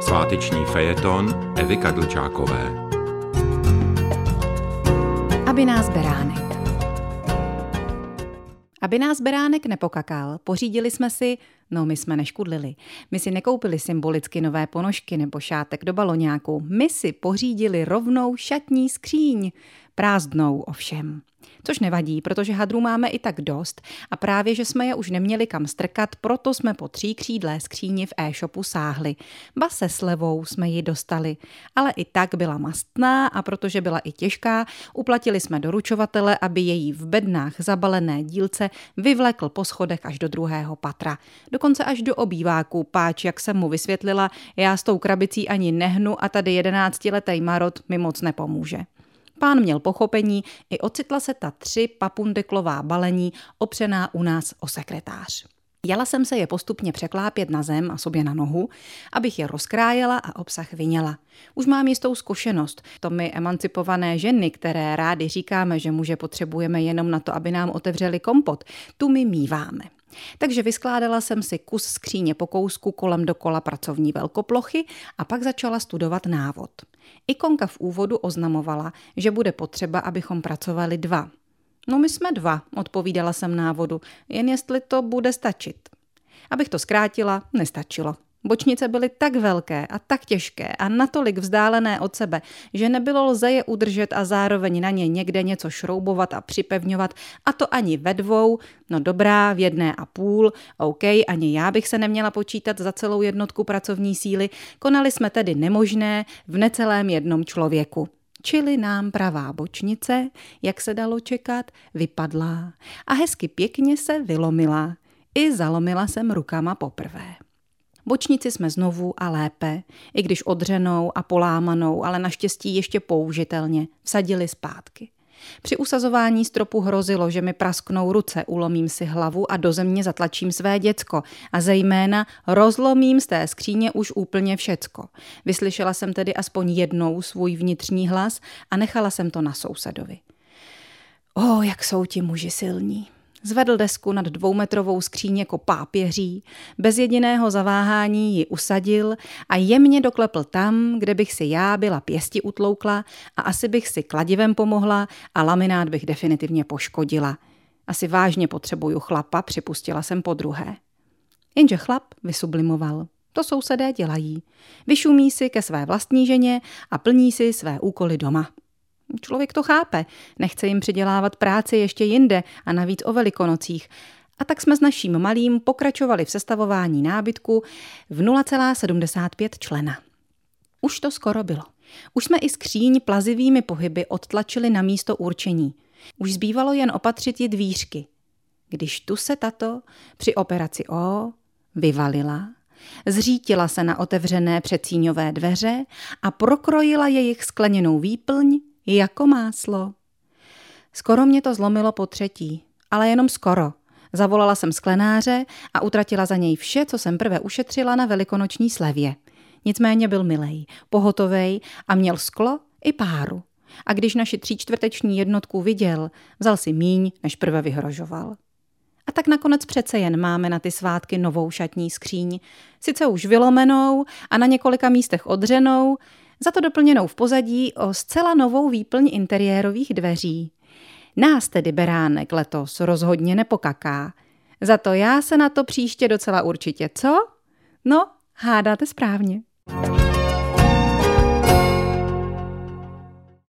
Sváteční fejeton Evy Kadlčákové. Aby nás beránek. Aby nás beránek nepokakal, pořídili jsme si, my jsme neškudlili. My si nekoupili symbolicky nové ponožky nebo šátek do baloňáku. My si pořídili rovnou šatní skříň. Prázdnou ovšem. Což nevadí, protože hadrů máme i tak dost a právě, že jsme je už neměli kam strkat, proto jsme po 3křídlé skříni v e-shopu sáhli. Ba se slevou jsme ji dostali. Ale i tak byla mastná a protože byla i těžká, uplatili jsme doručovatele, aby její v bednách zabalené dílce vyvlekl po schodech až do 2. patra. Dokonce až do obýváku, páč, jak jsem mu vysvětlila, já s tou krabicí ani nehnu a tady 11letý marot mi moc nepomůže. Pán měl pochopení, i ocitla se ta 3 papundeklová balení opřená u nás o sekretář. Jala jsem se je postupně překlápět na zem a sobě na nohu, abych je rozkrájela a obsah vyněla. Už mám jistou zkušenost. To my emancipované ženy, které rády říkáme, že muže potřebujeme jenom na to, aby nám otevřeli kompot, tu my míváme. Takže vyskládala jsem si kus skříně po kousku kolem dokola pracovní velkoplochy a pak začala studovat návod. Ikonka v úvodu oznamovala, že bude potřeba, abychom pracovali 2. My jsme 2, odpovídala jsem návodu, jen jestli to bude stačit. Abych to zkrátila, nestačilo. Bočnice byly tak velké a tak těžké a natolik vzdálené od sebe, že nebylo lze je udržet a zároveň na ně někde něco šroubovat a připevňovat, a to ani ve 2, dobrá, v 1,5, OK, ani já bych se neměla počítat za celou jednotku pracovní síly, konali jsme tedy nemožné v necelém jednom člověku. Čili nám pravá bočnice, jak se dalo čekat, vypadla a hezky pěkně se vylomila. I zalomila jsem rukama poprvé. Bočnici jsme znovu a lépe, i když odřenou a polámanou, ale naštěstí ještě použitelně, vsadili zpátky. Při usazování stropu hrozilo, že mi prasknou ruce, ulomím si hlavu a do země zatlačím své děcko a zejména rozlomím z té skříně už úplně všecko. Vyslyšela jsem tedy aspoň jednou svůj vnitřní hlas a nechala jsem to na sousedovi. Jak jsou ti muži silní. Zvedl desku nad 2metrovou skříň jako pápěří, bez jediného zaváhání ji usadil a jemně doklepl tam, kde bych si já byla pěsti utloukla a asi bych si kladivem pomohla a laminát bych definitivně poškodila. Asi vážně potřebuju chlapa, připustila jsem podruhé. Jenže chlap vysublimoval. To sousedé dělají. Vyšumí si ke své vlastní ženě a plní si své úkoly doma. Člověk to chápe, nechce jim přidělávat práci ještě jinde a navíc o Velikonocích. A tak jsme s naším malým pokračovali v sestavování nábytku v 0,75 člena. Už to skoro bylo. Už jsme i skříň plazivými pohyby odtlačili na místo určení. Už zbývalo jen opatřit ji dvířky. Když tu se tato při operaci O vyvalila, zřítila se na otevřené předsíňové dveře a prokrojila jejich skleněnou výplň jako máslo. Skoro mě to zlomilo po 3, ale jenom skoro. Zavolala jsem sklenáře a utratila za něj vše, co jsem prve ušetřila na velikonoční slevě. Nicméně byl milej, pohotovej a měl sklo i páru. A když naši 3/4 jednotku viděl, vzal si míň, než prve vyhrožoval. A tak nakonec přece jen máme na ty svátky novou šatní skříň, sice už vylomenou a na několika místech odřenou, za to doplněnou v pozadí o zcela novou výplň interiérových dveří. Nás tedy beránek letos rozhodně nepokaká. Za to já se na to příště docela určitě, co? Hádáte správně.